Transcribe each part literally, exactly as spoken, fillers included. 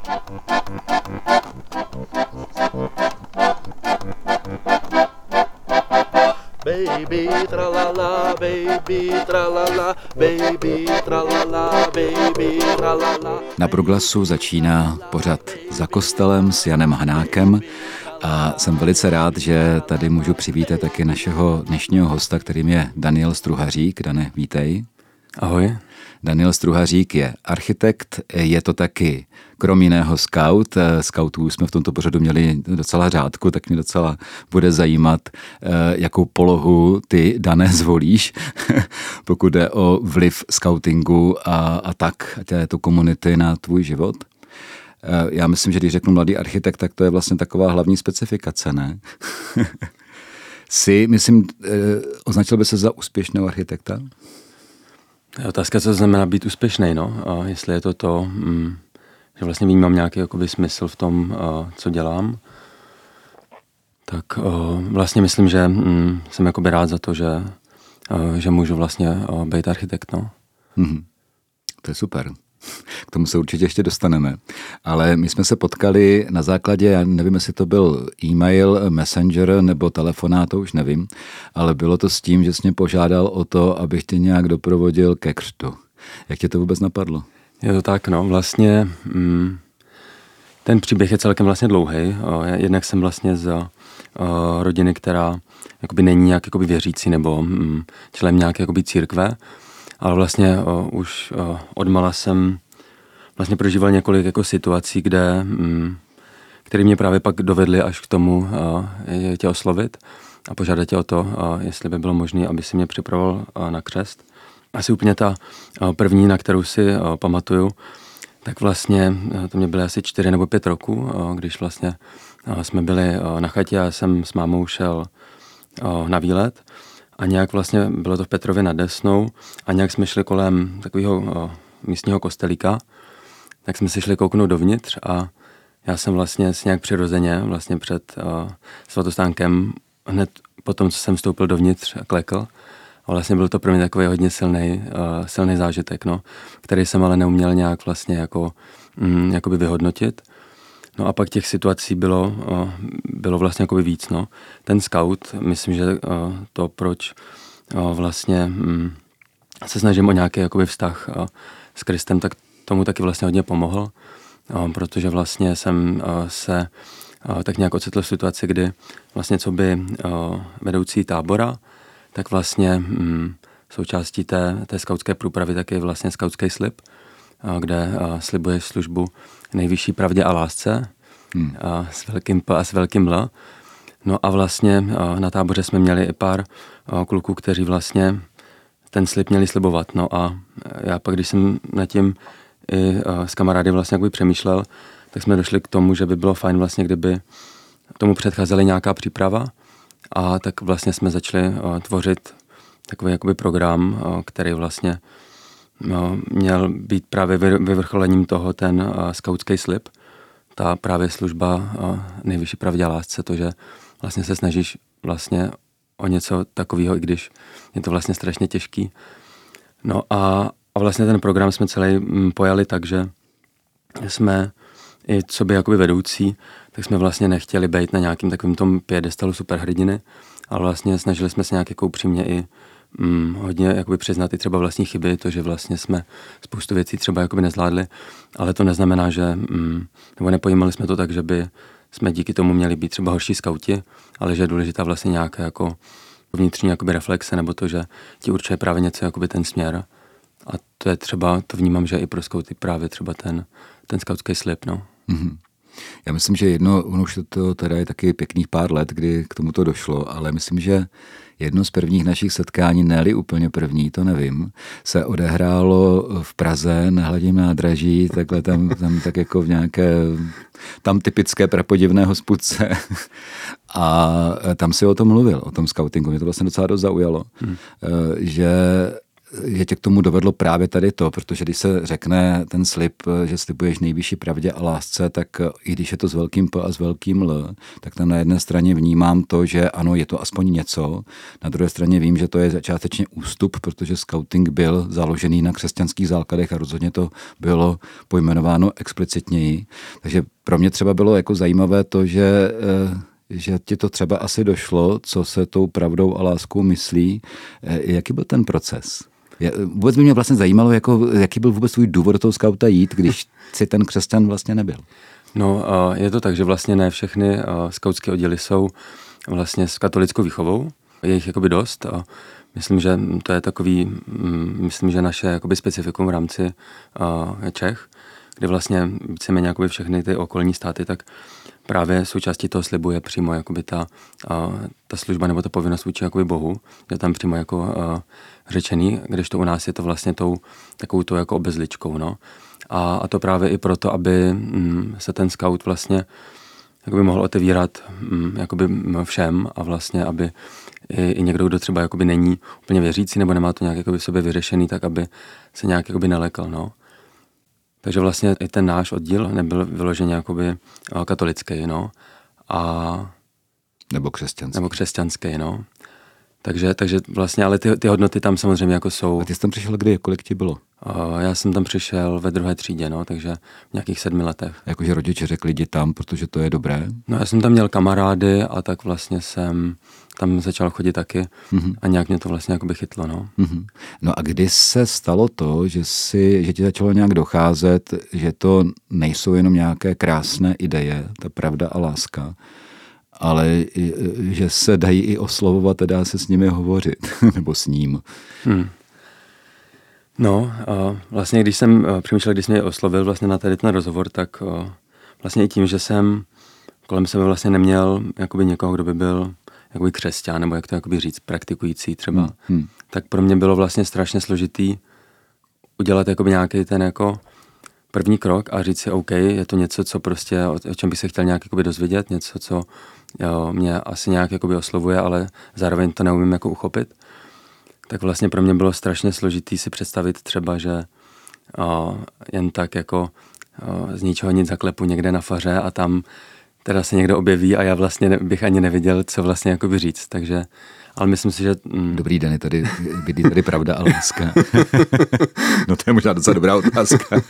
Baby tralala, baby tralala, baby tralala, baby tralala. Na Proglasu začíná pořad Za kostelem s Janem Hanákem a jsem velice rád, že tady můžu přivítat taky našeho dnešního hosta, kterým je Daniel Struhařík. Dane, vítej. Ahoj. Daniel Struhařík je architekt, je to taky krom jiného scout. Scoutů jsme v tomto pořadu měli docela řádku, tak mě docela bude zajímat, jakou polohu ty, Dané, zvolíš, pokud jde o vliv scoutingu a, a tak této komunity na tvůj život. Já myslím, že když řeknu mladý architekt, tak to je vlastně taková hlavní specifikace, ne? Jsi, myslím, označil by se za úspěšného architekta? Je otázka, co znamená být úspěšný, no. A jestli je to to, mm, že vlastně vnímám nějaký jakoby smysl v tom, uh, co dělám, tak uh, vlastně myslím, že mm, jsem jakoby rád za to, že, uh, že můžu vlastně uh, být architekt, no. Mm-hmm. To je super. K tomu se určitě ještě dostaneme. Ale my jsme se potkali na základě, já nevím, jestli to byl e-mail, messenger nebo telefonát, to už nevím, ale bylo to s tím, že jsi mě požádal o to, abych tě nějak doprovodil ke křtu. Jak tě to vůbec napadlo? Je to tak, no. Vlastně mm, ten příběh je celkem vlastně dlouhý. Jednak jsem vlastně z uh, rodiny, která jakoby není nějak jakoby věřící nebo mm, člen nějaké jakoby církve. Ale vlastně o, už o, odmala jsem vlastně prožíval několik jako situací, kde, mm, které mě právě pak dovedly až k tomu o, je, tě oslovit a požádat tě o to, o, jestli by bylo možné, aby si mě připravoval o, na křest. Asi úplně ta o, první, na kterou si o, pamatuju, tak vlastně o, to mě byly asi čtyři nebo pět roků, o, když vlastně o, jsme byli o, na chatě a já jsem s mámou šel o, na výlet. A nějak vlastně bylo to v Petrově nad Desnou a nějak jsme šli kolem takového místního kostelíka, tak jsme si šli kouknout dovnitř a já jsem vlastně si nějak přirozeně vlastně před o, svatostánkem hned po tom, co jsem vstoupil dovnitř, klekl. A vlastně byl to pro mě takový hodně silný, o, silný zážitek, no, který jsem ale neuměl nějak vlastně jako, mm, jakoby vyhodnotit. No a pak těch situací bylo, bylo vlastně jakoby víc, no. Ten scout, myslím, že to, proč vlastně se snažím o nějaký jakoby vztah s Kristem, tak tomu taky vlastně hodně pomohl, protože vlastně jsem se tak nějak ocitl v situaci, kdy vlastně co by vedoucí tábora, tak vlastně součástí té, té skautské průpravy tak je vlastně skautský slib, kde slibuješ službu nejvyšší pravdě a lásce hmm. a s velkým P a s velkým L. No a vlastně na táboře jsme měli i pár kluků, kteří vlastně ten slib měli slibovat. No a já pak, když jsem nad tím i s kamarády vlastně jakoby přemýšlel, tak jsme došli k tomu, že by bylo fajn vlastně, kdyby tomu předcházela nějaká příprava a tak vlastně jsme začali tvořit takový jakoby program, který vlastně No, měl být právě vyvrcholením toho ten uh, skautský slib, ta právě služba uh, nejvyšší pravdě a lásce, to, že vlastně se snažíš vlastně o něco takového, i když je to vlastně strašně těžký. No a, a vlastně ten program jsme celý m, pojali tak, že jsme i co by jakoby vedoucí, tak jsme vlastně nechtěli být na nějakým takovým tom piedestalu superhrdiny, ale vlastně snažili jsme se nějak jako upřímně i Mm, hodně jakoby přiznat i třeba vlastní chyby, to, že vlastně jsme spoustu věcí třeba jakoby nezvládli, ale to neznamená, že mm, nebo nepojímali jsme to tak, že by jsme díky tomu měli být třeba horší skauti, ale že je důležitá vlastně nějaká jako vnitřní jakoby reflexe, nebo to, že ti určuje právě něco jakoby ten směr. A to je třeba, to vnímám, že i pro skauty právě třeba ten, ten skautský slib, no. Mm-hmm. Já myslím, že jedno, ono už to teda je taky pěkných pár let, kdy k tomuto došlo, ale myslím, že jedno z prvních našich setkání, ne-li úplně první, to nevím, se odehrálo v Praze na Hladním nádraží, takhle tam, tam tak jako v nějaké, tam typické prapodivné hospůdce. A tam si o tom mluvil, o tom skautingu. Mě to vlastně docela dost zaujalo, hmm. že je tě k tomu dovedlo právě tady to, protože když se řekne ten slib, že slibuješ nejvyšší pravdě a lásce, tak i když je to s velkým P a s velkým L, tak tam na jedné straně vnímám to, že ano, je to aspoň něco, na druhé straně vím, že to je částečně ústup, protože skauting byl založený na křesťanských základech a rozhodně to bylo pojmenováno explicitněji. Takže pro mě třeba bylo jako zajímavé to, že že ti to třeba asi došlo, co se tou pravdou a láskou myslí. Jaký byl ten proces? Vůbec by mě vlastně zajímalo, jako, jaký byl vůbec tvůj důvod do toho skauta jít, když si ten křesťan vlastně nebyl. No, je to tak, že vlastně ne všechny skautské oddíly jsou vlastně s katolickou výchovou. Je jich jakoby dost a myslím, že to je takový, myslím, že naše jakoby specifikum v rámci Čech, kdy vlastně víceméně jakoby všechny ty okolní státy, tak právě součástí toho slibu je přímo jakoby ta, ta služba nebo ta povinnost vůči jakoby Bohu, je tam přímo jako řečený, když to u nás je to vlastně tou takovou tou jako obezličkou, no. A, a to právě i proto, aby mm, se ten skaut vlastně jakoby mohl otevírat mm, jakoby všem a vlastně, aby i, i někdo, kdo třeba jakoby není úplně věřící nebo nemá to nějak jakoby v sobě vyřešený, tak aby se nějak jakoby nelekl, no. Takže vlastně i ten náš oddíl nebyl vyloženě jakoby katolický, no. A nebo křesťanský. Nebo křesťanský, no. Takže, takže vlastně, ale ty, ty hodnoty tam samozřejmě jako jsou. A ty jsi tam přišel kdy? Kolik ti bylo? Uh, já jsem tam přišel ve druhé třídě, no, takže v nějakých sedmi letech. Jakože rodiče řekli, jdi tam, protože to je dobré? No, já jsem tam měl kamarády a tak vlastně jsem tam začal chodit taky mm-hmm. a nějak mě to vlastně jakoby chytlo, no. Mm-hmm. No a kdy se stalo to, že, si, že ti začalo nějak docházet, že to nejsou jenom nějaké krásné ideje, ta pravda a láska, ale že se dají i oslovovat a dá se s nimi hovořit, nebo s ním. Hmm. No, vlastně když jsem přemýšlel, když jsem je oslovil vlastně na tady ten rozhovor, tak vlastně i tím, že jsem kolem sebe vlastně neměl jakoby někoho, kdo by byl jakoby křesťan, nebo jak to jakoby říct, praktikující třeba, hmm. Hmm. tak pro mě bylo vlastně strašně složitý udělat jakoby nějaký ten jako první krok a říct si, OK, je to něco, co prostě, o čem bych se chtěl nějak jakoby dozvědět, něco, co jo, mě asi nějak jakoby oslovuje, ale zároveň to neumím jako uchopit. Tak vlastně pro mě bylo strašně složitý si představit třeba, že o, jen tak jako o, z ničeho nic zaklepu někde na faře a tam teda se někdo objeví a já vlastně ne, bych ani nevěděl, co vlastně jakoby říct, takže, ale myslím si, že... Mm. Dobrý den, je tady, bydlí tady pravda a láska. No to je možná docela dobrá otázka.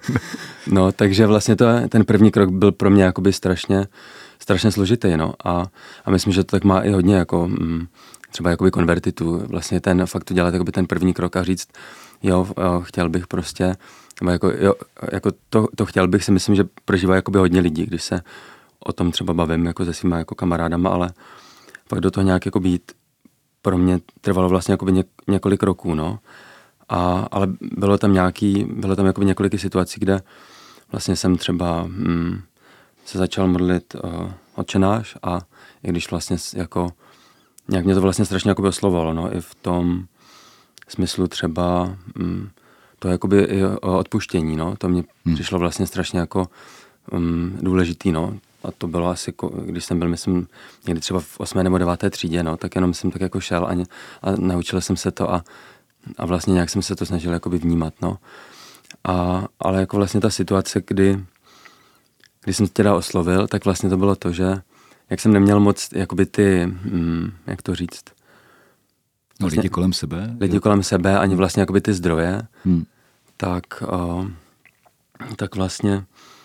No, takže vlastně to, ten první krok byl pro mě jakoby strašně, strašně složitý, no, a, a myslím, že to tak má i hodně jako... Mm, třeba jakoby konvertitů, vlastně ten fakt udělat jakoby ten první krok a říct, jo, chtěl bych prostě, nebo jako, jo, jako to, to chtěl bych, si myslím, že prožívá jakoby hodně lidí, když se o tom třeba bavím jako se svýma jako kamarádama, ale pak do toho nějak jako být pro mě trvalo vlastně jakoby něk, několik roků, no. A, ale bylo tam nějaký, bylo tam jakoby několik situací, kde vlastně jsem třeba hm, se začal modlit uh, Otče náš a i když vlastně jako nějak mě to vlastně strašně jakoby oslovovalo, no, i v tom smyslu třeba mm, to jakoby i odpuštění, no, to mě hmm. přišlo vlastně strašně jako um, důležitý, no, a to bylo asi, když jsem byl, myslím, někdy třeba v osmé nebo deváté třídě, no, tak jenom jsem tak jako šel a, a naučil jsem se to a, a vlastně nějak jsem se to snažil jakoby vnímat, no, a, ale jako vlastně ta situace, kdy, když jsem tě oslovil, tak vlastně to bylo to, že jak jsem neměl moc, jakoby ty, hm, jak to říct? No vlastně, lidi kolem sebe? Lidi jo. kolem sebe, ani vlastně jakoby ty zdroje, hmm. tak, o, tak vlastně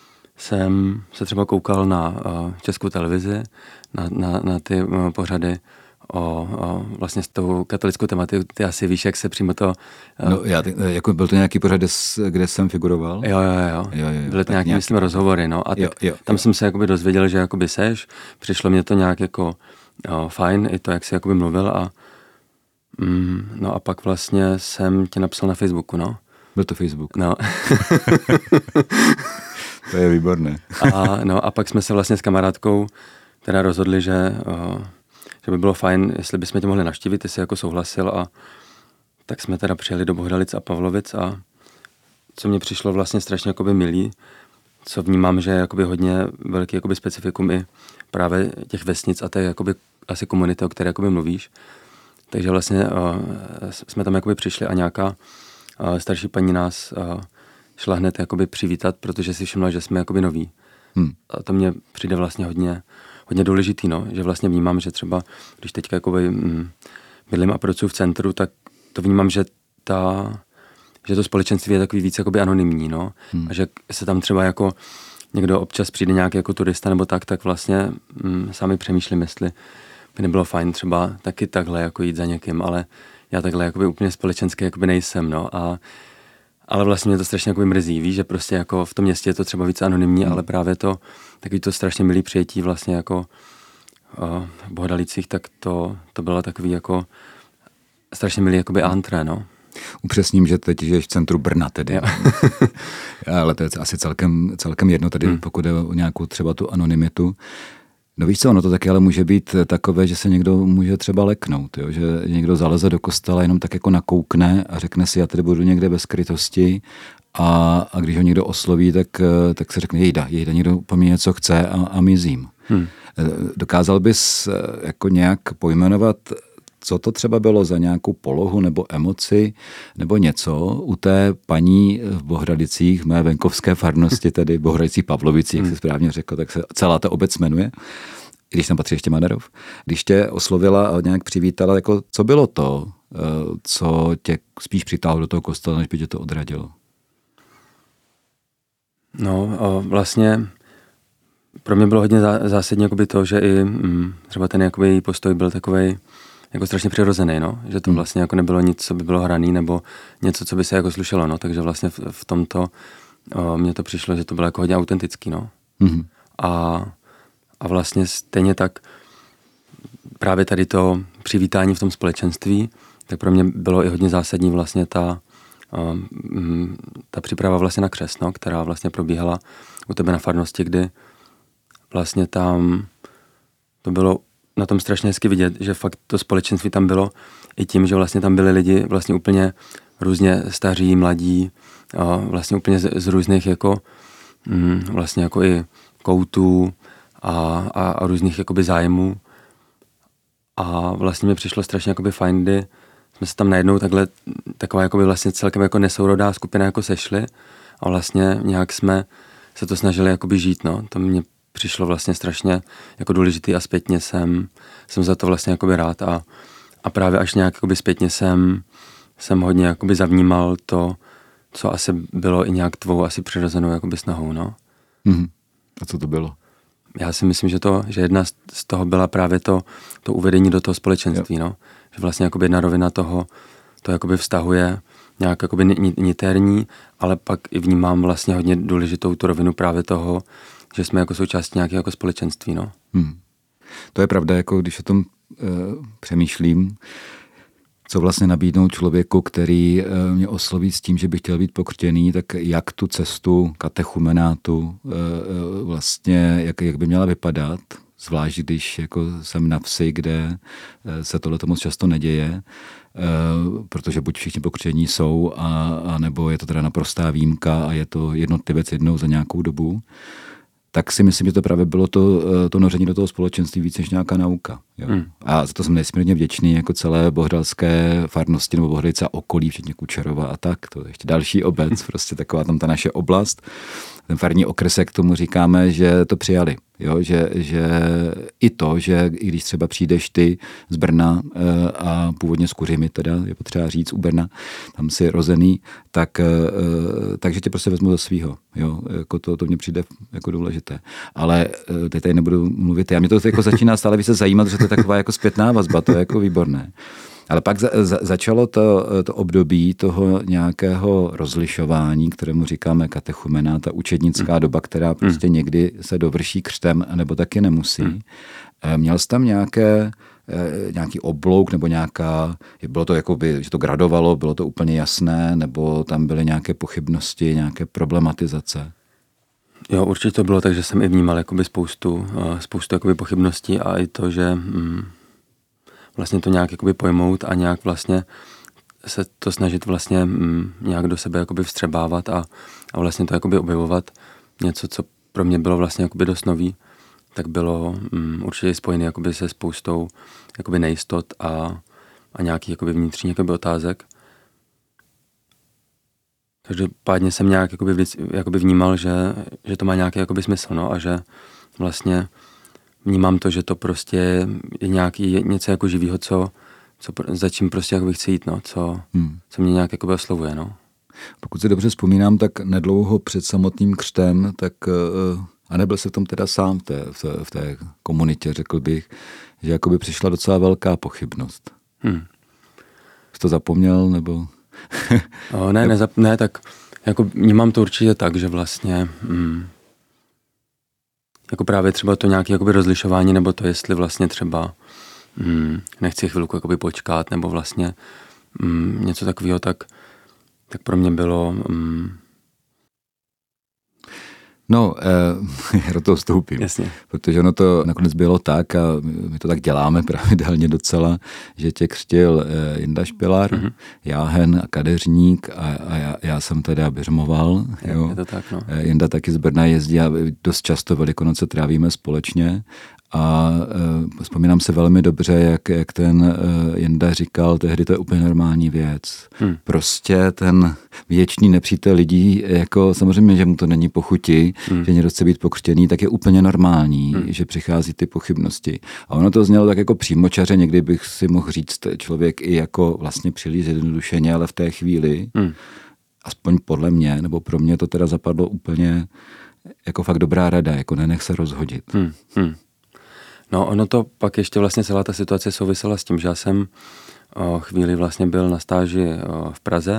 jsem se třeba koukal na o, Českou televizi, na, na, na ty o, pořady o, o vlastně s tou katolickou tematikou. Ty asi víš, jak se přímo to... O, no já, jako byl to nějaký pořad, kde jsem figuroval? Jo, jo, jo. jo, jo, jo Byly to nějaký, nějaký, myslím, rozhovory, no. A jo, jo, tam jo. jsem se jakoby dozvěděl, že jakoby seš. Přišlo mě to nějak jako o, fajn, i to, jak jsi jakoby mluvil a mm, no a pak vlastně jsem tě napsal na Facebooku, no. Byl to Facebook. No. To je výborné. a, no a pak jsme se vlastně s kamarádkou teda rozhodli, že... O, že by bylo fajn, jestli bychom tě mohli navštívit, ty jsi jako souhlasil a tak jsme teda přijeli do Bohdalic a Pavlovic a co mě přišlo vlastně strašně jakoby milý, co vnímám, že je jakoby hodně velký jakoby specifikum i právě těch vesnic a té jakoby asi komunity, o které jakoby mluvíš, takže vlastně uh, jsme tam jakoby přišli a nějaká uh, starší paní nás uh, šla hned jakoby přivítat, protože si všimla, že jsme jakoby noví. Hmm. A to mně přijde vlastně hodně, hodně důležitý, no, že vlastně vnímám, že třeba, když teďka jakoby mm, bydlím a pracuji v centru, tak to vnímám, že ta, že to společenství je takový víc jakoby anonymní, no, hmm. a že se tam třeba jako někdo občas přijde nějaký jako turista nebo tak, tak vlastně mm, sami přemýšlím, jestli by nebylo fajn třeba taky takhle jako jít za někým, ale já takhle jakoby úplně společenský jakoby nejsem, no, a ale vlastně mě to strašně jakoby mrzí, víš, že prostě jako v tom městě je to třeba víc anonymní, hmm. ale právě to, takový to strašně milý přijetí vlastně jako uh, v Bohdalicích, tak to, to bylo takový jako strašně milý jakoby antré, no. Upřesním, že teď žiješ v centru Brna tedy. Ale to je asi celkem, celkem jedno tady, hmm. pokud je o nějakou třeba tu anonymitu. No víš co, ono to taky ale může být takové, že se někdo může třeba leknout, jo? Že někdo zaleze do kostela, jenom tak jako nakoukne a řekne si, já tady budu někde bez skrytosti a, a když ho někdo osloví, tak, tak se řekne, jejda, jejda, někdo po mně něco chce a, a mizím. Hmm. Dokázal bys jako nějak pojmenovat, co to třeba bylo za nějakou polohu nebo emoci nebo něco u té paní v Bohradicích, mé venkovské farnosti, tedy Bohradicích Pavlovicích, jak se správně řekl, tak se celá ta obec jmenuje, i když tam patří ještě Maderov. Když tě oslovila a nějak přivítala, jako co bylo to, co tě spíš přitáhlo do toho kostela, než by tě to odradilo? No, vlastně pro mě bylo hodně zásadní jakoby to, že i mm, třeba ten jakoby její postoj byl takovej jako strašně přirozený, no, že to vlastně jako nebylo nic, co by bylo hraný, nebo něco, co by se jako slušelo, no, takže vlastně v, v tomto o, mně to přišlo, že to bylo jako hodně autentický, no. Mm-hmm. A, a vlastně stejně tak právě tady to přivítání v tom společenství, tak pro mě bylo i hodně zásadní vlastně ta, o, m, ta příprava vlastně na křest, no, která vlastně probíhala u tebe na farnosti, kdy vlastně tam to bylo na tom strašně hezky vidět, že fakt to společenství tam bylo i tím, že vlastně tam byli lidi vlastně úplně různě staří, mladí, a vlastně úplně z, z různých jako mm, vlastně jako i koutů a, a, a různých jakoby zájmů. A vlastně mi přišlo strašně jakoby fajn, kdy jsme se tam najednou takhle taková jakoby vlastně celkem jako nesourodá skupina jako sešli a vlastně nějak jsme se to snažili jakoby žít, no. To mě přišlo vlastně strašně jako důležitý a zpětně jsem, jsem za to vlastně jakoby rád a, a právě až nějak jakoby zpětně jsem, jsem hodně jakoby zavnímal to, co asi bylo i nějak tvou asi přirozenou jakoby snahou, no. Mm-hmm. A co to bylo? Já si myslím, že to, že jedna z toho byla právě to, to uvedení do toho společenství, jo. No. Že vlastně jakoby jedna rovina toho, to jakoby vztahuje nějak jakoby niterní, ale pak i vnímám vlastně hodně důležitou tu rovinu právě toho, že jsme jako součástí nějakého jako společenství, no. Hmm. To je pravda, jako když o tom e, přemýšlím, co vlastně nabídnout člověku, který e, mě osloví s tím, že by chtěl být pokřtěný, tak jak tu cestu katechumenátu e, e, vlastně, jak, jak by měla vypadat, zvlášť když jako jsem na vsi, kde se tohle moc často neděje, e, protože buď všichni pokřtění jsou, a, a nebo je to teda naprostá výjimka a je to jednotlivec jednou za nějakou dobu, tak si myslím, že to právě bylo to, to noření do toho společenství víc než nějaká nauka. Jo. Hmm. A za to jsem nesmírně vděčný jako celé bohdalské farnosti nebo Bohdalice a okolí, včetně Kučerova a tak. To je ještě další obec, prostě taková tam ta naše oblast. Ten farní okresek, tomu říkáme, že to přijali. Jo, že, že i to, že i když třeba přijdeš ty z Brna a původně z Kuřimy, teda je potřeba říct u Brna, tam si rozený, tak, takže tě prostě vezmu za svýho. Jo, jako to, to mně přijde jako důležité. Ale teď tady nebudu mluvit, já mě to jako začíná stále více zajímat, že to je taková jako zpětná vazba, to je jako výborné. Ale pak za, za, začalo to, to období toho nějakého rozlišování, kterému říkáme katechumena, ta učednická mm. doba, která prostě mm. někdy se dovrší křtem, nebo taky nemusí. Mm. Měl jsi tam nějaké, nějaký oblouk, nebo nějaká, bylo to jakoby, že to gradovalo, bylo to úplně jasné, nebo tam byly nějaké pochybnosti, nějaké problematizace? Jo, určitě to bylo tak, že jsem i vnímal jakoby spoustu, spoustu jakoby pochybností a i to, že mm, vlastně to nějak jakoby pojmout a nějak vlastně se to snažit vlastně mm, nějak do sebe jakoby vstřebávat a, a vlastně to jakoby objevovat. Něco, co pro mě bylo vlastně jakoby dost nový, tak bylo mm, určitě spojené jakoby se spoustou jakoby nejistot a, a nějaký jakoby vnitřní jakoby otázek. Každopádně jsem nějak jakoby, jakoby vnímal, že, že to má nějaký jakoby smysl, no, a že vlastně vnímám to, že to prostě je nějaký, je něco jako živýho, co, co za čím prostě jakoby chci jít, no, co, hmm. co mě nějak jakoby oslovuje, no. Pokud si dobře vzpomínám, tak nedlouho před samotným křtem, tak a nebyl se v tom teda sám v té, v té, v té komunitě, řekl bych, že jakoby přišla docela velká pochybnost. Hmm. Jsi to zapomněl, nebo... o, ne, ne, ne, tak jako vnímám to určitě tak, že vlastně mm, jako právě třeba to nějaké jakoby rozlišování, nebo to, jestli vlastně třeba mm, nechci chvilku jakoby počkat, nebo vlastně mm, něco takového, tak, tak pro mě bylo... Mm, No, eh, já do toho vstoupím, Jasně. Protože ono to nakonec bylo tak, a my to tak děláme pravidelně docela, že tě křtil eh, Jinda Špilar, mm-hmm. Jáhen a Kadeřník a, a já, já jsem teda běžmoval. Je, jo. je to tak, no. Eh, Jinda taky z Brna jezdí a dost často Velikonoce trávíme společně. A uh, vzpomínám se velmi dobře, jak, jak ten uh, Jinda říkal, tehdy to je úplně normální věc. Hmm. Prostě ten věčný nepřítel lidí, jako samozřejmě, že mu to není pochutí, hmm. že někdo chce být pokřtěný, tak je úplně normální, hmm. že přichází ty pochybnosti. A ono to znělo tak jako přímočaře, někdy bych si mohl říct člověk i jako vlastně příliš zjednodušeně, ale v té chvíli, hmm. aspoň podle mě, nebo pro mě to teda zapadlo úplně jako fakt dobrá rada, jako nenech se rozhodit. Hmm. Hmm. No, ono to pak ještě vlastně celá ta situace souvisela s tím, že já jsem o, chvíli vlastně byl na stáži o, v Praze,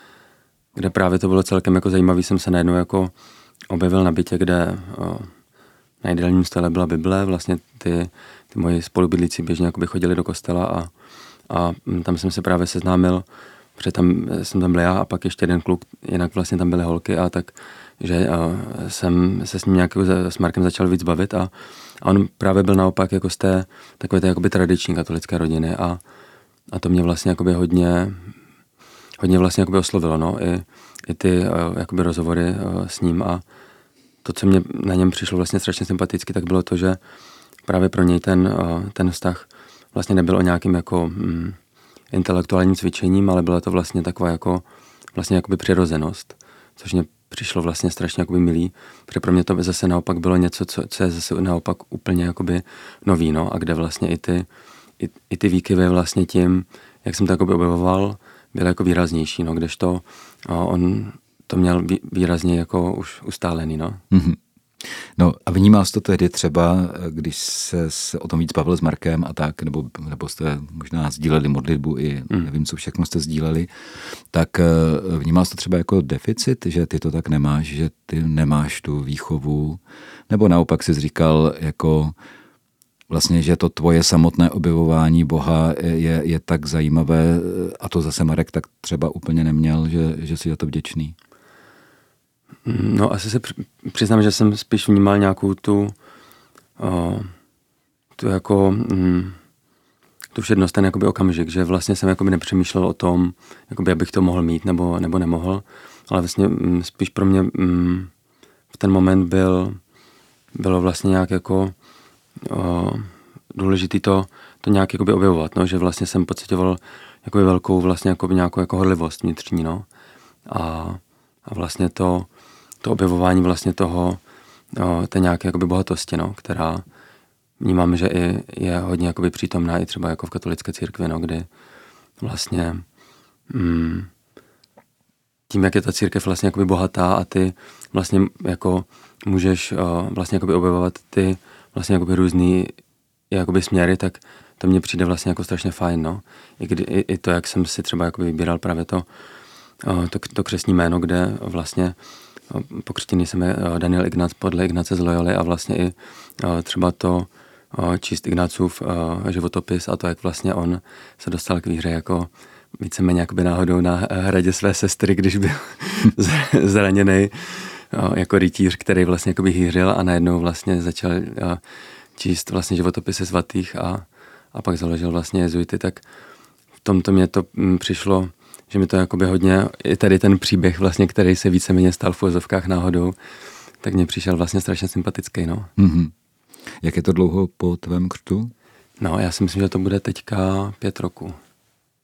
kde právě to bylo celkem jako zajímavý, jsem se najednou jako objevil na bytě, kde o, na jídelním stole byla Bible, vlastně ty, ty moji spolubydlící běžně jakoby chodili do kostela a, a tam jsem se právě seznámil, protože tam jsem tam byl já a pak ještě jeden kluk, jinak vlastně tam byly holky a tak, že o, jsem se s ním nějak s Markem začal víc bavit a A on právě byl naopak jako z té takové té jakoby tradiční katolické rodiny a, a to mě vlastně jakoby hodně, hodně vlastně jakoby oslovilo, no, i, i ty uh, jakoby rozhovory uh, s ním a to, co mě na něm přišlo vlastně strašně sympaticky, tak bylo to, že právě pro něj ten, uh, ten vztah vlastně nebyl o nějakým jako mm, intelektuálním cvičením, ale byla to vlastně taková jako vlastně jakoby přirozenost, což mě přišlo vlastně strašně jakoby milý, protože pro mě to zase naopak bylo něco, co, co je zase naopak úplně jakoby nový, no, a kde vlastně i ty, i, i ty výkyvy vlastně tím, jak jsem to jakoby objevoval, byly jako výraznější, no, kdežto on to měl výrazně jako už ustálený, no. Mm-hmm. No a vnímal jsi to tehdy třeba, když se o tom víc bavil s Markem a tak, nebo, nebo jste možná sdíleli modlitbu i mm. nevím, co všechno jste sdíleli, tak vnímal jsi to třeba jako deficit, že ty to tak nemáš, že ty nemáš tu výchovu, nebo naopak jsi říkal jako vlastně, že to tvoje samotné objevování Boha je, je tak zajímavé a to zase Marek tak třeba úplně neměl, že, že jsi za to vděčný. No asi se přiznám, že jsem spíš vnímal nějakou tu, o, tu jako, mm, tu všednost, ten jakoby okamžik, že vlastně jsem jakoby nepřemýšlel o tom, jakoby abych to mohl mít nebo, nebo nemohl, ale vlastně mm, spíš pro mě mm, v ten moment byl, bylo vlastně nějak jako o, důležitý to, to nějak jakoby objevovat, no, že vlastně jsem pocitoval jakoby velkou vlastně jakoby nějakou jako horlivost vnitřní, no, a, a vlastně to to objevování vlastně toho, o, té nějaké jakoby bohatosti, no, která vnímám, že i je hodně jakoby přítomná i třeba jako v katolické církvi, no, kdy vlastně mm, tím, jak je ta církev vlastně jakoby bohatá a ty vlastně jako můžeš o, vlastně jakoby objevovat ty vlastně jakoby různý jakoby směry, tak to mně přijde vlastně jako strašně fajn, no. I, kdy, i, i to, jak jsem si třeba jakoby vybíral právě to, o, to, to křestní jméno, kde vlastně pokřtěný jsem je Daniel Ignác podle Ignace z Loyoly a vlastně i třeba to číst Ignácův životopis a to, jak vlastně on se dostal k víře jako víceméně jakoby náhodou na hradě své sestry, když byl zraněný jako rytíř, který vlastně jakoby hýřil a najednou vlastně začal číst vlastně životopisy svatých a, a pak založil vlastně jezuity, tak v tomto mě to přišlo, že mi to jakoby hodně, i tady ten příběh vlastně, který se víceméně stal v uvozovkách náhodou, tak mně přišel vlastně strašně sympatický, no. Mm-hmm. Jak je to dlouho po tvém křtu? No, já si myslím, že to bude teďka pět roků.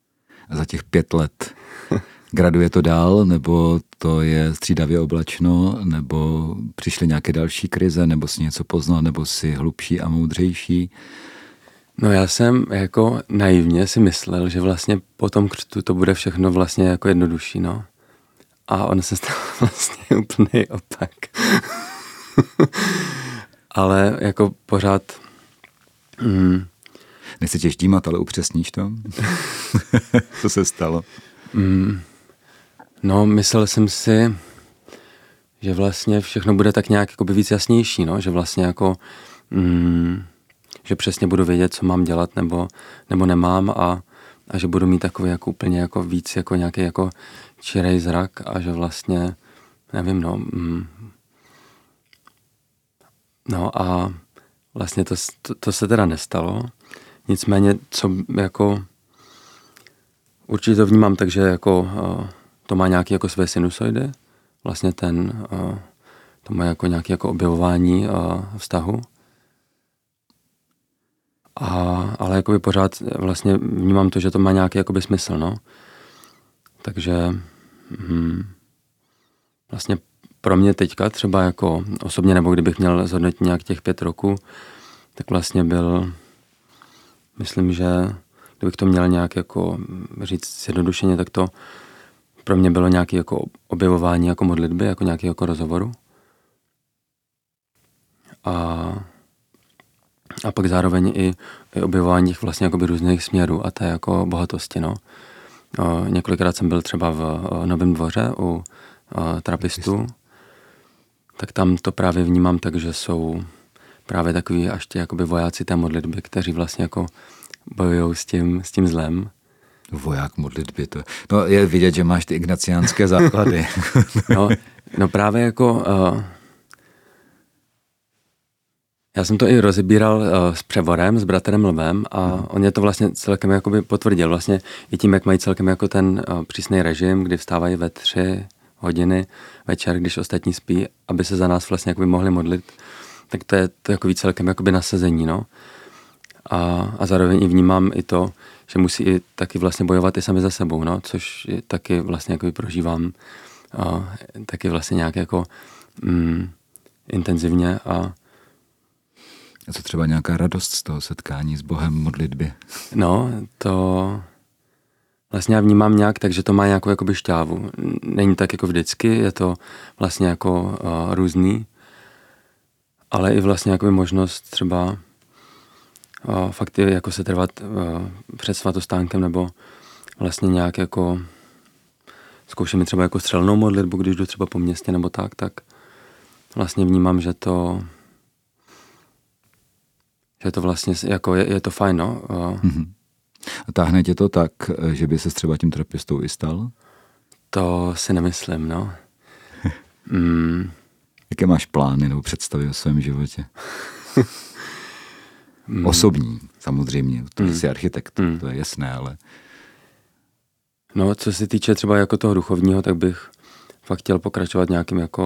za těch pět let? Graduje to dál, nebo to je střídavě oblačno, nebo přišly nějaké další krize, nebo si něco poznal, nebo si hlubší a moudřejší? No já jsem jako naivně si myslel, že vlastně po tom křtu to bude všechno vlastně jako jednodušší, no. A on se stal vlastně úplný opak. Ale jako pořád... Mm, Nechci tě ždímat, ale upřesníš to? Co se stalo? Mm, no, myslel jsem si, že vlastně všechno bude tak nějak jakoby víc jasnější, no? Že vlastně jako... Mm, že přesně budu vědět, co mám dělat nebo, nebo nemám a, a že budu mít takový jako úplně jako víc jako nějaký jako čirej zrak a že vlastně, nevím, no, mm, no a vlastně to, to, to se teda nestalo. Nicméně, co jako určitě to vnímám tak, že jako uh, to má nějaké jako své sinusoidy, vlastně ten, uh, to má jako nějaké jako objevování uh, vztahu. A, ale jakoby pořád vlastně vnímám to, že to má nějaký jakoby smysl, no. Takže hm, vlastně pro mě teďka třeba jako osobně, nebo kdybych měl zhodnotit nějak těch pět roků, tak vlastně byl, myslím, že kdybych to měl nějak jako říct zjednodušeně, tak to pro mě bylo nějaké jako objevování jako modlitby, jako nějaký jako rozhovoru. A A pak zároveň i, i objevování těch vlastně jakoby různých směrů a té jako bohatosti, no. O, několikrát jsem byl třeba v o, Novém Dvoře u o, trapistů, tak tam to právě vnímám tak, že jsou právě takový až ti jakoby vojáci té modlitby, kteří vlastně jako bojují s tím, s tím zlem. Voják modlitby, to no, je vidět, že máš ty ignaciánské základy. no, no právě jako... Uh, Já jsem to i rozebíral uh, s Převorem, s bratrem Lvem a hmm. on je to vlastně celkem jakoby potvrdil. Vlastně i tím, jak mají celkem jako ten uh, přísný režim, kdy vstávají ve tři hodiny večer, když ostatní spí, aby se za nás vlastně jakoby mohli modlit, tak to je to jako celkem jakoby nasazení, no. A, a zároveň i vnímám i to, že musí i taky vlastně bojovat i sami za sebou, no, což je taky vlastně jakoby prožívám uh, taky vlastně nějak jako mm, intenzivně a A co třeba nějaká radost z toho setkání s Bohem modlitby? No, to vlastně já vnímám nějak tak, že to má nějakou jakoby šťávu. Není tak jako vždycky, je to vlastně jako uh, různý, ale i vlastně jakoby možnost třeba uh, fakt jako se trvat uh, před svatostánkem nebo vlastně nějak jako zkouším třeba jako střelnou modlitbu, když jdu třeba po městě nebo tak, tak vlastně vnímám, že to že to vlastně jako je, je to fajn, no. Mm-hmm. A táhne tě to tak, že by se třeba tím trapistou i stal? To si nemyslím, no. mm. Jaké máš plány nebo představy o svém životě? mm. Osobní, samozřejmě. To mm. jsi architekt, mm. to je jasné, ale... No, co se týče třeba jako toho duchovního, tak bych fakt chtěl pokračovat nějakým jako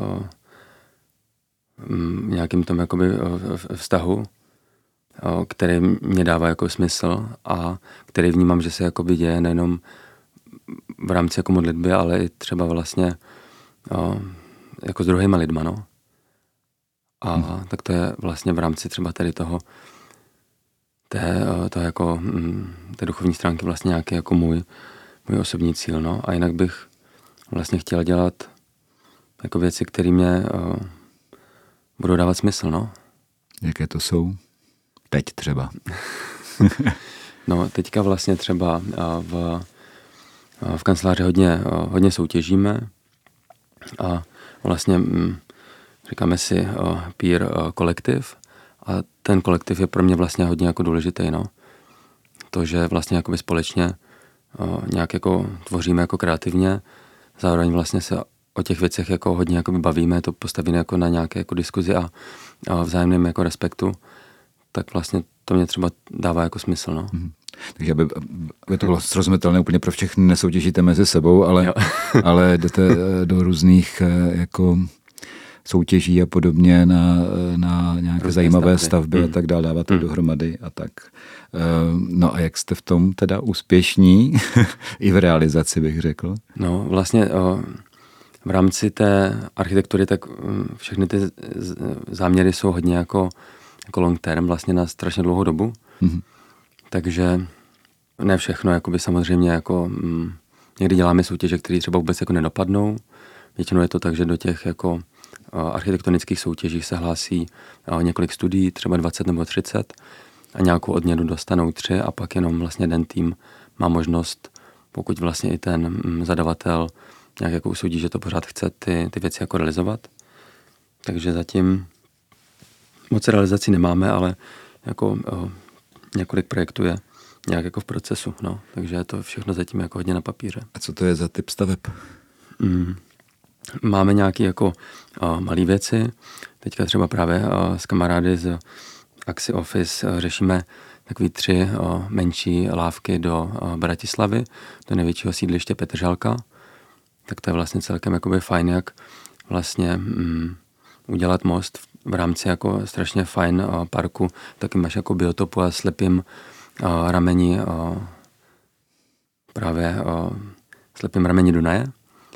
uh, nějakým tom jakoby vztahu, který mě dává jako smysl a který vnímám, že se jakoby děje nejenom v rámci jako modlitby, ale i třeba vlastně o, jako s druhýma lidma, no. A hmm. tak to je vlastně v rámci třeba tady toho té, to jako, té duchovní stránky vlastně nějaký jako můj, můj osobní cíl, no. A jinak bych vlastně chtěl dělat jako věci, které mě o, budou dávat smysl, no. Jaké to jsou? Teď třeba. No, teďka vlastně třeba v, v kanceláři hodně, hodně soutěžíme a vlastně říkáme si peer kolektiv a ten kolektiv je pro mě vlastně hodně jako důležitý, no. To, že vlastně jakoby společně nějak jako tvoříme jako kreativně, zároveň vlastně se o těch věcech jako hodně jakoby bavíme, to postavené jako na nějaké jako diskuzi a, a vzájemném jako respektu, tak vlastně to mě třeba dává jako smysl, no. Mm. Takže aby, aby to bylo srozumitelné úplně pro všechny, nesoutěžíte mezi sebou, ale, ale jdete do různých jako soutěží a podobně na, na nějaké Různé zajímavé stavby, stavby mm. a tak dále, dávat to Mm. dohromady a tak. No a jak jste v tom teda úspěšní, i v realizaci bych řekl? No vlastně v rámci té architektury tak všechny ty záměry jsou hodně jako, jako long term, vlastně na strašně dlouhou dobu. Mm-hmm. Takže ne všechno, jakoby samozřejmě jako mm, někdy děláme soutěže, které třeba vůbec jako nedopadnou. Většinou je to tak, že do těch jako architektonických soutěží se hlásí několik studií, třeba dvacet nebo třicet a nějakou odměnu dostanou tři a pak jenom vlastně ten tým má možnost, pokud vlastně i ten mm, zadavatel nějak jako usoudí, že to pořád chce ty, ty věci jako realizovat. Takže zatím moc realizací nemáme, ale jako o, několik projektů je nějak jako v procesu, no. Takže je to všechno zatím jako hodně na papíře. A co to je za typ staveb? Mm. Máme nějaké jako o, malé věci. Teďka třeba právě o, s kamarády z Axi Office o, řešíme takový tři o, menší lávky do o, Bratislavy, do největšího sídliště Petržalka. Tak to je vlastně celkem jakoby fajn, jak vlastně mm, udělat most v, v rámci jako strašně fajn o, parku. Taky máš jako biotopu a slepým o, rameni o, právě o, slepým rameni Dunaje.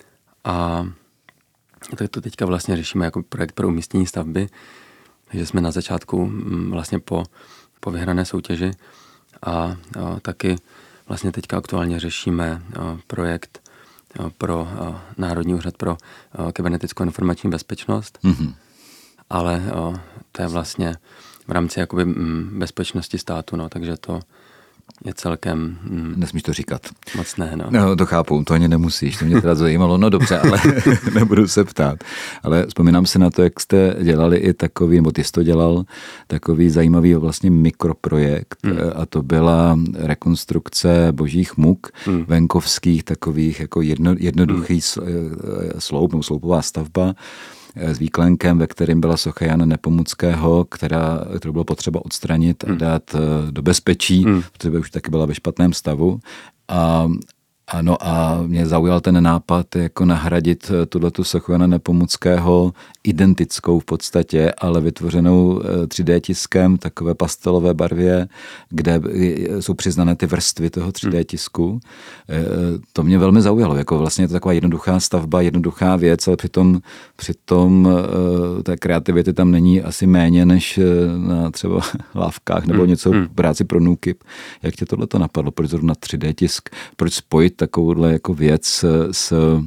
A tak to teďka vlastně řešíme jako projekt pro umístění stavby. Takže jsme na začátku m, vlastně po, po vyhrané soutěži a o, taky vlastně teďka aktuálně řešíme o, projekt pro uh, Národní úřad pro uh, kybernetickou informační bezpečnost, mm-hmm. ale uh, to je vlastně v rámci jakoby m, bezpečnosti státu, no, takže to je celkem... Mm, Nesmíš to říkat. Moc ne, no. No, to chápu, to ani nemusíš, to mě teda zajímalo, no dobře, ale nebudu se ptát. Ale vzpomínám si na to, jak jste dělali i takový, nebo ty jsi to dělal, takový zajímavý vlastně mikroprojekt mm. a to byla rekonstrukce božích muk, mm. venkovských takových jako jedno, jednoduchý mm. sloup, nebo sloupová stavba, s výklenkem, ve kterém byla socha Jana Nepomuckého, která, kterou bylo potřeba odstranit a dát do bezpečí, hmm. protože už taky byla ve špatném stavu. A ano, a mě zaujal ten nápad jako nahradit tuhletu sochu Jana Nepomuckého identickou v podstatě, ale vytvořenou tři dé tiskem, takové pastelové barvě, kde jsou přiznané ty vrstvy toho tři dé tisku. To mě velmi zaujalo, jako vlastně je to taková jednoduchá stavba, jednoduchá věc, ale přitom, přitom té kreativity tam není asi méně než na třeba lávkách nebo hmm. něco v práci pro NÚKIP. Jak tě tohle to napadlo? Proč zrovna tři dé tisk? Proč spojit takovouhle jako věc s, s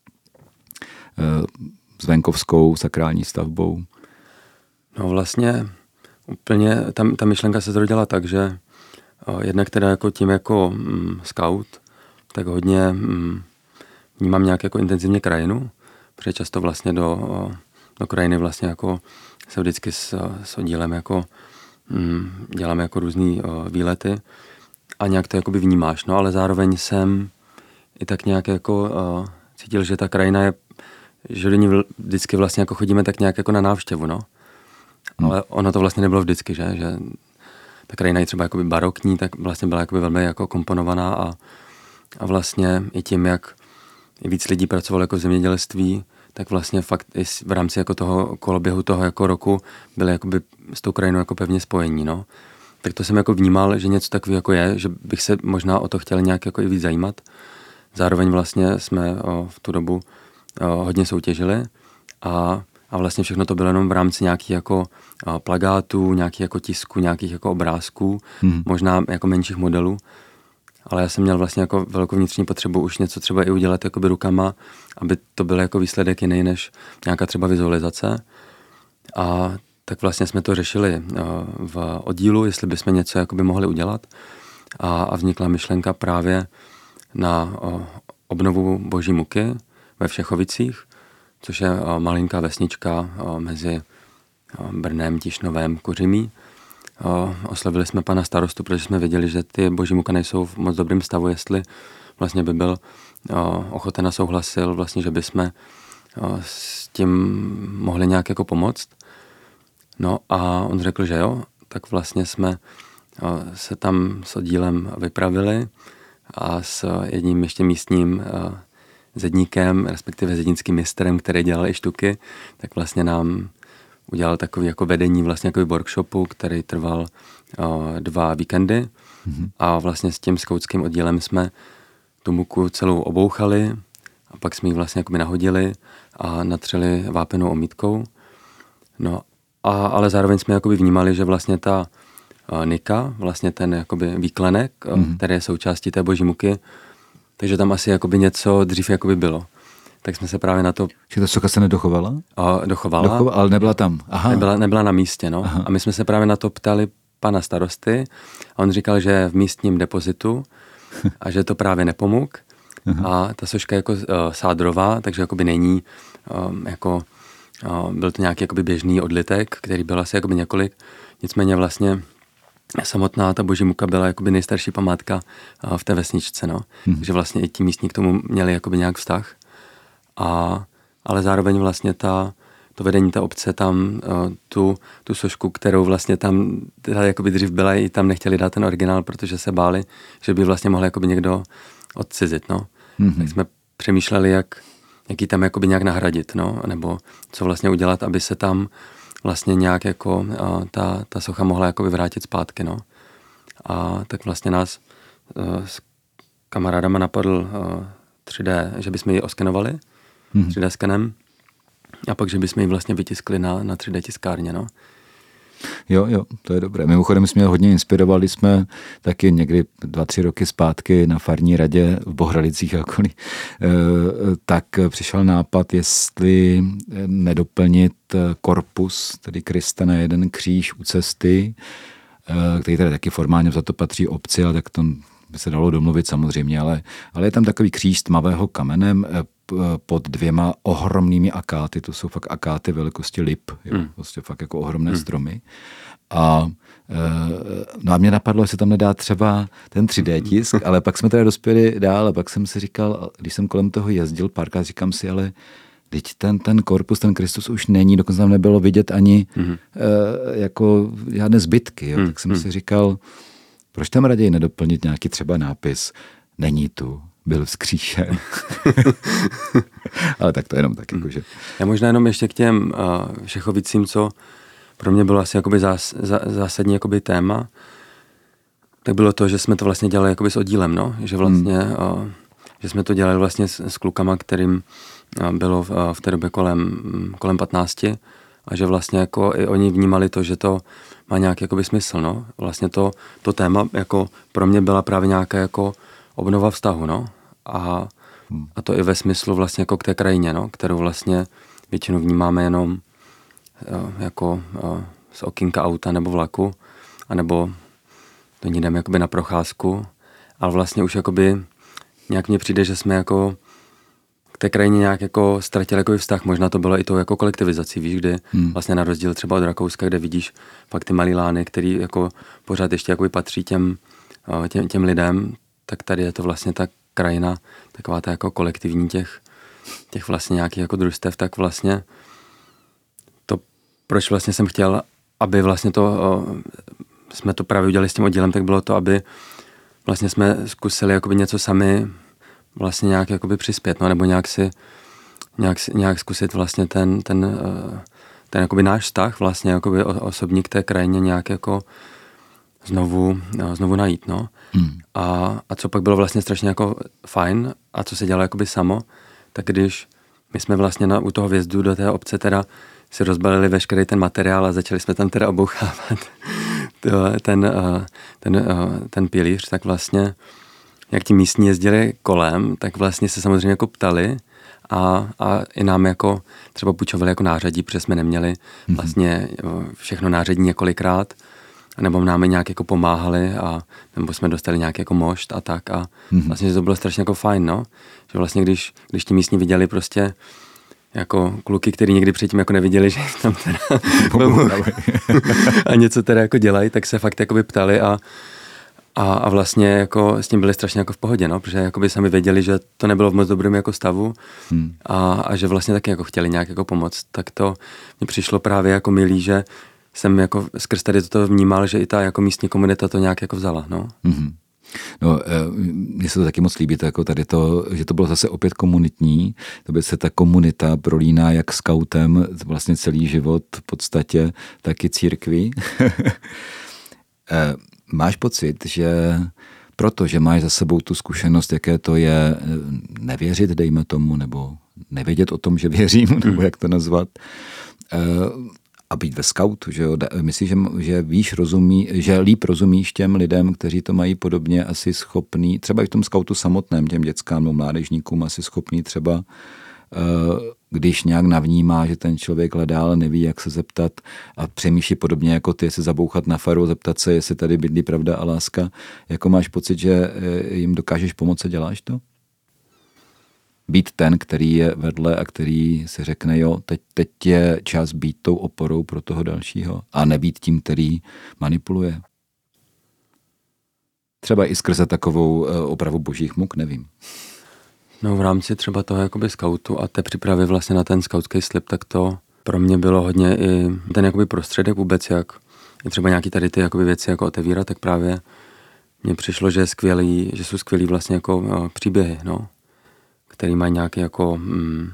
s venkovskou sakrální stavbou? No vlastně úplně ta, ta myšlenka se zrodila tak, že o, jednak teda jako tím jako mm, scout, tak hodně mm, vnímám nějak jako intenzivně krajinu, protože často vlastně do, o, do krajiny vlastně jako se vždycky s, s oddílem jako mm, děláme jako různý o, výlety a nějak to jakoby vnímáš, no ale zároveň jsem i tak nějak jako o, cítil, že ta krajina je, že do ní vždycky vlastně jako chodíme tak nějak jako na návštěvu, no. Hmm. Ale ono to vlastně nebylo vždycky, že, že ta krajina je třeba jakoby barokní, tak vlastně byla jakoby velmi jako komponovaná a, a vlastně i tím, jak i víc lidí pracovalo jako v zemědělství, tak vlastně fakt i v rámci jako toho koloběhu toho jako roku byly jakoby s tou krajinou jako pevně spojení, no. Tak to jsem jako vnímal, že něco takového jako je, že bych se možná o to chtěl nějak jako i víc zajímat. Zároveň vlastně jsme o, v tu dobu o, hodně soutěžili a, a vlastně všechno to bylo jenom v rámci nějakých jako o, plakátů, nějakých jako tisku, nějakých jako obrázků, hmm. možná jako menších modelů. Ale já jsem měl vlastně jako velkou vnitřní potřebu už něco třeba i udělat jakoby rukama, aby to byl jako výsledek jiný než nějaká třeba vizualizace. A tak vlastně jsme to řešili o, v oddílu, jestli bychom něco jakoby mohli udělat. A, a vznikla myšlenka právě na o, obnovu Boží muky ve Všechovicích, což je o, malinká vesnička o, mezi o, Brnem, Tišnovem, Kuřimí. O, oslovili jsme pana starostu, protože jsme věděli, že ty Boží muky nejsou v moc dobrém stavu, jestli vlastně by byl o, ochoten a souhlasil, vlastně, že bychom o, s tím mohli nějak jako pomoct. No a on řekl, že jo, tak vlastně jsme o, se tam s oddílem vypravili a s jedním ještě místním zedníkem, respektive zednickým mistrem, který dělal i štuky, tak vlastně nám udělal takový jako vedení vlastně jako workshopu, který trval uh, dva víkendy mm-hmm. a vlastně s tím skautským oddílem jsme tu muku celou obouchali a pak jsme ji vlastně jakoby nahodili a natřeli vápenou omítkou. No, a, ale zároveň jsme jakoby vnímali, že vlastně ta uh, nika, vlastně ten jakoby výklenek, mm-hmm. který je součástí té boží muky, takže tam asi jakoby něco dřív jakoby bylo. Tak jsme se právě na to... Že ta socha se nedochovala? A dochovala. Dochova, ale nebyla tam. Aha. Nebyla, nebyla na místě, no. Aha. A my jsme se právě na to ptali pana starosty a on říkal, že je v místním depozitu a že to právě nepomůk. A ta soška je jako uh, sádrová, takže jakoby není um, jako... Uh, byl to nějaký jakoby běžný odlitek, který byl asi jakoby několik. Nicméně vlastně samotná ta boží muka byla jakoby nejstarší památka uh, v té vesničce, no. Hmm. Takže vlastně i ti místní k tomu měli jakoby nějak vztah. A, ale zároveň vlastně ta, to vedení té obce tam uh, tu, tu sošku, kterou vlastně tam teda jakoby dřív byla, i tam nechtěli dát ten originál, protože se báli, že by vlastně mohl jakoby někdo odcizit, no. Mm-hmm. Tak jsme přemýšleli, jak, jak ji tam jakoby nějak nahradit, no, nebo co vlastně udělat, aby se tam vlastně nějak jako uh, ta, ta socha mohla jakoby vrátit zpátky, no. A tak vlastně nás uh, s kamarádama napadl uh, tři dé, že bychom ji oskenovali mm-hmm. tři dé skenem a pak, že bychom ji vlastně vytiskli na, na tři dé tiskárně, no. Jo, jo, to je dobré. Mimochodem jsme hodně inspirovali, jsme taky někdy dva, tři roky zpátky na farní radě v Bohradicích a okolí, tak přišel nápad, jestli nedoplnit korpus, tedy Krista na jeden kříž u cesty, který tady taky formálně za to patří obci, ale tak to by se dalo domluvit samozřejmě, ale, ale je tam takový kříž tmavého kamenem pod dvěma ohromnými akáty, to jsou fakt akáty velikosti lip, jo, mm. prostě fakt jako ohromné mm. stromy. A, no a mě napadlo, jestli tam nedá třeba ten tři dé tisk, ale pak jsme teda dospěli dál a pak jsem si říkal, když jsem kolem toho jezdil párkrát, říkám si, ale teď ten, ten korpus, ten Kristus už není, dokonce tam nebylo vidět ani mm. uh, jako žádné zbytky, jo, mm. tak jsem mm. si říkal, proč tam raději nedoplnit nějaký třeba nápis, není tu, byl vzkříšen. Ale tak to jenom tak, jakože. Já možná jenom ještě k těm uh, Všechovicím, co pro mě bylo asi jakoby zás, zá, zásadní jakoby téma, tak bylo to, že jsme to vlastně dělali jakoby s oddílem, no, že vlastně, hmm. uh, že jsme to dělali vlastně s, s klukama, kterým uh, bylo v, uh, v té době kolem, kolem patnácti a že vlastně jako i oni vnímali to, že to má nějaký jakoby smysl, no. Vlastně to, to téma jako pro mě byla právě nějaká jako obnova vztahu, no. A, a to i ve smyslu vlastně jako k té krajině, no, kterou vlastně většinou vnímáme jenom uh, jako uh, z okýnka auta nebo vlaku, anebo do ní jdeme jakoby na procházku, ale vlastně už jakoby nějak mně přijde, že jsme jako k té krajině nějak jako ztratili jako vztah, možná to bylo i tou jako kolektivizací, víš, kdy hmm. vlastně na rozdíl třeba od Rakouska, kde vidíš fakt ty malý lány, který jako pořád ještě jakoby patří těm, uh, těm, těm lidem, tak tady je to vlastně ta krajina, taková ta jako kolektivní těch, těch vlastně nějakých jako družstev, tak vlastně to, proč vlastně jsem chtěl, aby vlastně to, o, jsme to právě udělali s tím oddílem, tak bylo to, aby vlastně jsme zkusili jakoby něco sami vlastně nějak jakoby přispět, no, nebo nějak si, nějak, nějak zkusit vlastně ten, ten, ten jakoby náš vztah vlastně jakoby osobní k té krajině nějak jako znovu, znovu najít, no. Hmm. A, a co pak bylo vlastně strašně jako fajn a co se dělalo jakoby samo, tak když my jsme vlastně na, u toho vjezdu do té obce teda si rozbalili veškerý ten materiál a začali jsme tam teda obouchávat ten, ten, ten pilíř, tak vlastně jak ti místní jezdili kolem, tak vlastně se samozřejmě jako ptali a, a i nám jako třeba půjčovali jako nářadí, protože jsme neměli vlastně všechno nářadí několikrát, nebo nám nějak jako pomáhali a nebo jsme dostali nějaký jako mošt a tak a mm-hmm. vlastně to bylo strašně jako fajn, no, že vlastně když, když ti místní viděli prostě jako kluky, který někdy předtím jako neviděli, že tam teda a něco teda jako dělají, tak se fakt jakoby ptali a, a, a vlastně jako s tím byli strašně jako v pohodě, no, protože jakoby sami věděli, že to nebylo v moc dobrém jako stavu hmm. a, a že vlastně taky jako chtěli nějak jako pomoct, tak to mi přišlo právě jako milý, že jsem jako skrz tady toto vnímal, že i ta jako místní komunita to nějak jako vzala, no. Mm-hmm. No, mně se to taky moc líbí, to jako tady to, že to bylo zase opět komunitní, to by se ta komunita prolíná jak skautem vlastně celý život v podstatě, tak i církví. Máš pocit, že protože máš za sebou tu zkušenost, jaké to je nevěřit, dejme tomu, nebo nevědět o tom, že věřím, nebo jak to nazvat, a být ve skautu, že jo? Myslíš, že, že víš, rozumí, že líp rozumíš těm lidem, kteří to mají podobně asi schopný, třeba i v tom skautu samotném, těm dětskám nebo mládežníkům asi schopný třeba, když nějak navnímá, že ten člověk hledá, ale neví, jak se zeptat a přemýšlí podobně jako ty, se zabouchat na faru, zeptat se, jestli tady bydlí pravda a láska. Jako máš pocit, že jim dokážeš pomoct a děláš to? Být ten, který je vedle a který si řekne, jo, teď, teď je čas být tou oporou pro toho dalšího a nebýt tím, který manipuluje. Třeba i skrze takovou opravu božích muk, nevím. No v rámci třeba toho jakoby skautu a té přípravy vlastně na ten skautský slib, tak to pro mě bylo hodně i ten jakoby prostředek vůbec, jak i třeba nějaký tady ty jakoby věci jako otevírat, tak právě mně přišlo, že je skvělý, že jsou skvělý vlastně jako o, příběhy, no, který mají nějaký jako mm,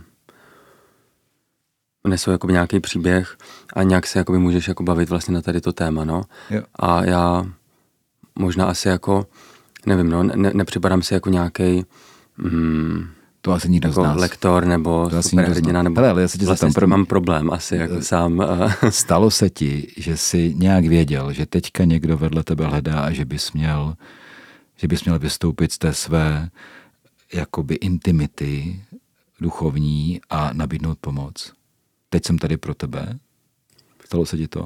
nesou jakoby nějaký příběh a nějak se jakoby můžeš jako bavit vlastně na tady to téma, no. Jo. A já možná asi jako, nevím, no, ne, nepřipadám si jako nějaký Hmm, to asi nikdo jako z nás. lektor nebo superhrdina, nebo hele, ale já se vlastně tam pro... mám problém asi jako sám. Stalo se ti, že jsi nějak věděl, že teďka někdo vedle tebe hledá a že bys měl, že bys měl vystoupit z té své jakoby intimity duchovní a nabídnout pomoc. Teď jsem tady pro tebe. Stalo se ti to?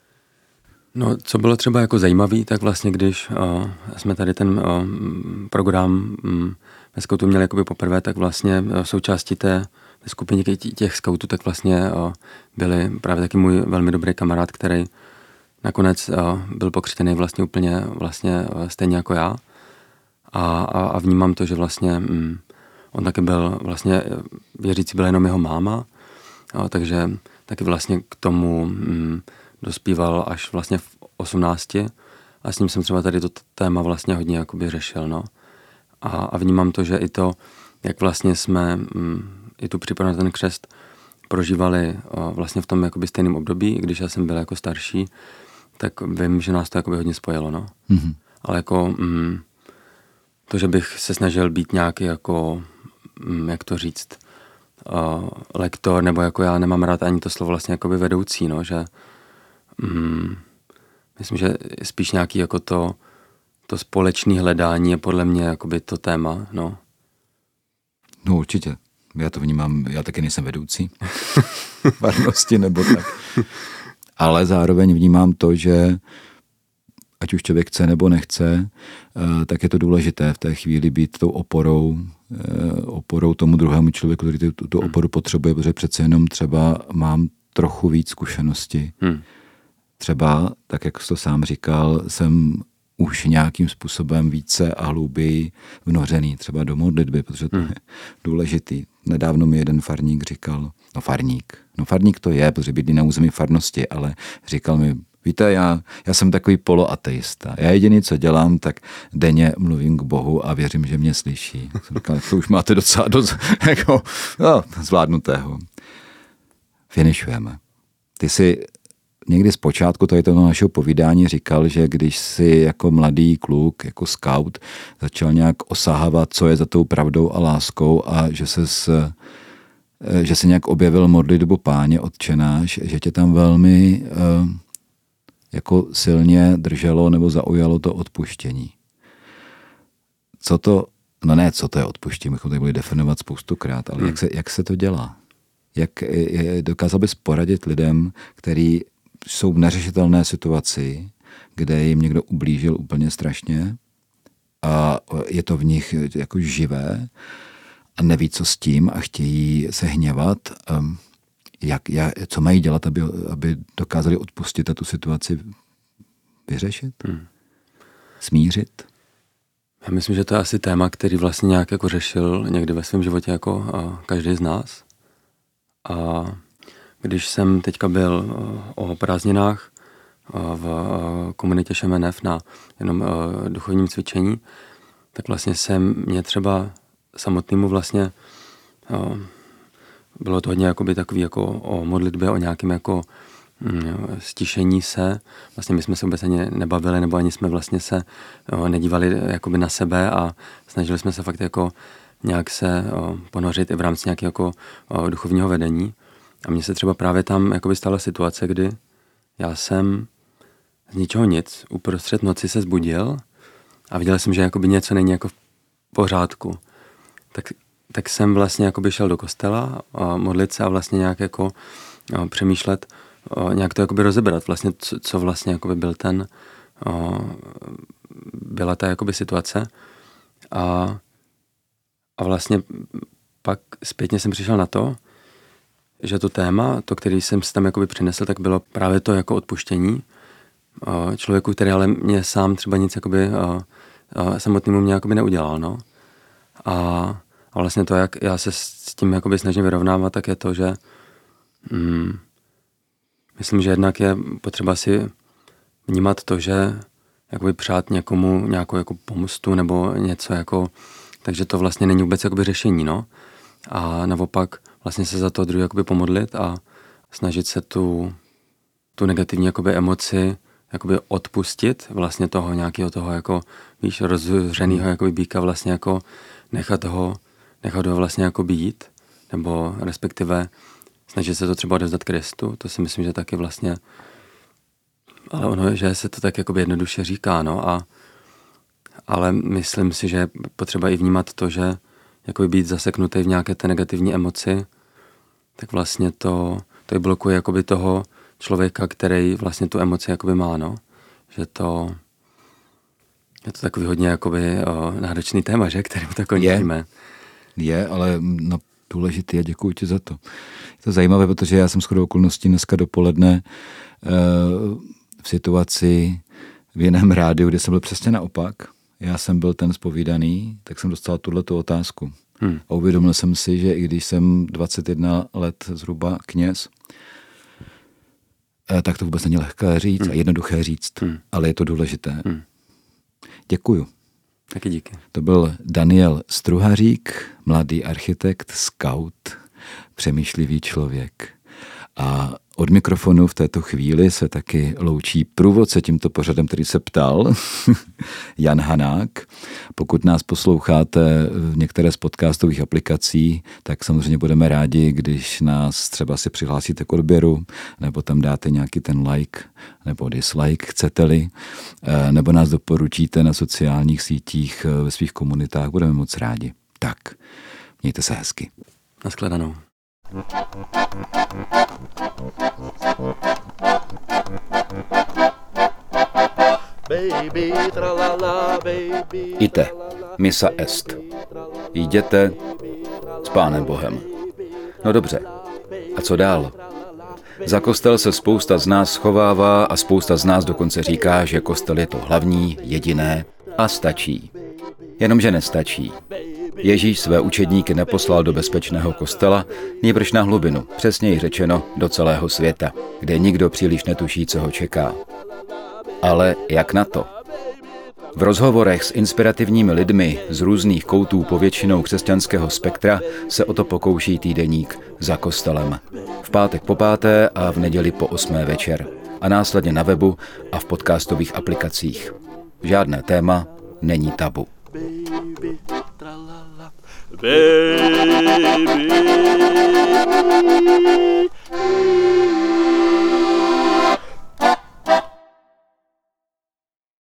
No, co bylo třeba jako zajímavý, tak vlastně, když uh, jsme tady ten uh, program um, ve skautu měli jakoby poprvé, tak vlastně uh, součástí té, té skupiny těch, těch skautů, tak vlastně uh, byli právě taky můj velmi dobrý kamarád, který nakonec uh, byl pokřtěný vlastně úplně vlastně uh, stejně jako já. A, a, a vnímám to, že vlastně um, on taky byl vlastně věřící, byla jenom jeho máma, uh, takže taky vlastně k tomu um, dospíval až vlastně v osmnácti a s ním jsem třeba tady to téma vlastně hodně jakoby řešil, no. A, a vnímám to, že i to, jak vlastně jsme mm, i tu přípravu na ten křest prožívali o, vlastně v tom jakoby stejném období, i když já jsem byl jako starší, tak vím, že nás to jakoby hodně spojilo, no. Mm-hmm. Ale jako mm, to, že bych se snažil být nějaký jako, mm, jak to říct, o, lektor, nebo jako já nemám rád ani to slovo vlastně jakoby vedoucí, no, že Hmm, myslím, že spíš nějaký jako to, to společné hledání je podle mě jakoby to téma, no. No určitě. Já to vnímám, já taky nejsem vedoucí farnosti nebo tak. Ale zároveň vnímám to, že ať už člověk chce nebo nechce, tak je to důležité v té chvíli být tou oporou, oporou tomu druhému člověku, který tu, tu oporu potřebuje, protože přece jenom třeba mám trochu víc zkušenosti. Hmm. Třeba, tak jak jsi to sám říkal, jsem už nějakým způsobem více a hlouběji vnořený třeba do modlitby, protože to hmm. je důležitý. Nedávno mi jeden farník říkal, no farník, no farník to je, protože bydlí na území farnosti, ale říkal mi, víte, já, já jsem takový poloateista. Já jediný, co dělám, tak denně mluvím k Bohu a věřím, že mě slyší. Jsem říkal, to už máte docela dost jako, no, zvládnutého. Finišujeme. Ty si někdy zpočátku tady toho našeho povídání říkal, že když si jako mladý kluk, jako scout, začal nějak osahávat, co je za tou pravdou a láskou a že se s, že se nějak objevil modlitbu Páně Otčenáš, že tě tam velmi jako silně drželo nebo zaujalo to odpuštění. Co to, no ne, co to je odpuštění, bychom tady byli definovat spoustukrát, ale hmm. jak, se, jak se to dělá? Jak dokázal bys poradit lidem, kteří jsou v neřešitelné situaci, kde jim někdo ublížil úplně strašně a je to v nich jako živé a neví, co s tím a chtějí se hněvat. Jak, jak, co mají dělat, aby, aby dokázali odpustit a tu situaci vyřešit? Hmm. Smířit? Já myslím, že to je asi téma, který vlastně nějak jako řešil někdy ve svém životě jako každý z nás. A když jsem teďka byl o prázdninách v komunitě Šemenev na jenom duchovním cvičení, tak vlastně jsem mě třeba samotnému vlastně bylo to hodně jakoby takový jako o modlitbě, o nějakém jako stišení se. Vlastně my jsme se vůbec ani nebavili, nebo ani jsme vlastně se nedívali jakoby na sebe a snažili jsme se fakt jako nějak se ponořit i v rámci nějakého jako duchovního vedení. A mně se třeba právě tam jakoby stala situace, kdy já jsem z ničeho nic uprostřed noci se zbudil a viděl jsem, že jakoby něco není jako v pořádku. Tak, tak jsem vlastně jakoby šel do kostela a modlit se a vlastně nějak jako přemýšlet, nějak to jakoby rozebrat, vlastně, co, co vlastně jakoby byl ten, byla ta jakoby situace. A, a vlastně pak zpětně jsem přišel na to, že to téma, to, který jsem si tam jakoby přinesl, tak bylo právě to jako odpuštění člověku, který ale mě sám třeba nic jakoby samotnému mě jakoby neudělal, no. A, a vlastně to, jak já se s tím jakoby snažím vyrovnávat, tak je to, že mm, myslím, že jednak je potřeba si vnímat to, že jakoby přát někomu nějakou jako pomstu nebo něco jako, takže to vlastně není vůbec jakoby řešení, no. A naopak vlastně se za to druhý jakoby pomodlit a snažit se tu, tu negativní jakoby emoci jakoby odpustit vlastně toho nějakého toho jako, víš, rozhořenýho jakoby býka vlastně jako nechat ho, nechat ho vlastně jako být, nebo respektive snažit se to třeba odevzdat Kristu, to si myslím, že taky vlastně, ale ono, že se to tak jakoby jednoduše říká, no, a ale myslím si, že je potřeba i vnímat to, že jakoby být zaseknutý v nějaké té negativní emoci, tak vlastně to, to i blokuje jakoby toho člověka, který vlastně tu emoci jakoby má, no. Že to je to takový hodně jakoby o, náročný téma, že, kterým to končíme. Je, je, ale no, důležitý a děkuji ti za to. Je to zajímavé, protože já jsem shodou okolností dneska dopoledne e, v situaci v jiném rádiu, kde jsem byl přesně naopak. Já jsem byl ten zpovídaný, tak jsem dostal tuhletu otázku. Hmm. A uvědomil jsem si, že i když jsem dvacet jedna let zhruba kněz, tak to vůbec není lehké říct hmm. a jednoduché říct, hmm. ale je to důležité. Hmm. Děkuju. Taky díky. To byl Daniel Struhařík, mladý architekt, scout, přemýšlivý člověk. A od mikrofonu v této chvíli se taky loučí průvodce tímto pořadem, který se ptal, Jan Hanák. Pokud nás posloucháte v některé z podcastových aplikací, tak samozřejmě budeme rádi, když nás třeba si přihlásíte k odběru, nebo tam dáte nějaký ten like nebo dislike, chcete-li, nebo nás doporučíte na sociálních sítích ve svých komunitách, budeme moc rádi. Tak, mějte se hezky. Nashledanou. Baby, tralala, baby, Ite, missa est. Jděte s Pánem Bohem. No dobře, a co dál? Za kostel se spousta z nás schovává a spousta z nás dokonce říká, že kostel je to hlavní, jediné a stačí. Jenomže nestačí. Ježíš své učedníky neposlal do bezpečného kostela, nýbrž na hlubinu, přesněji řečeno do celého světa, kde nikdo příliš netuší, co ho čeká. Ale jak na to? V rozhovorech s inspirativními lidmi z různých koutů povětšinou křesťanského spektra se o to pokouší týdeník Za kostelem. V pátek po páté a v neděli po osmé večer. A následně na webu a v podcastových aplikacích. Žádné téma není tabu. baby, tralala, baby.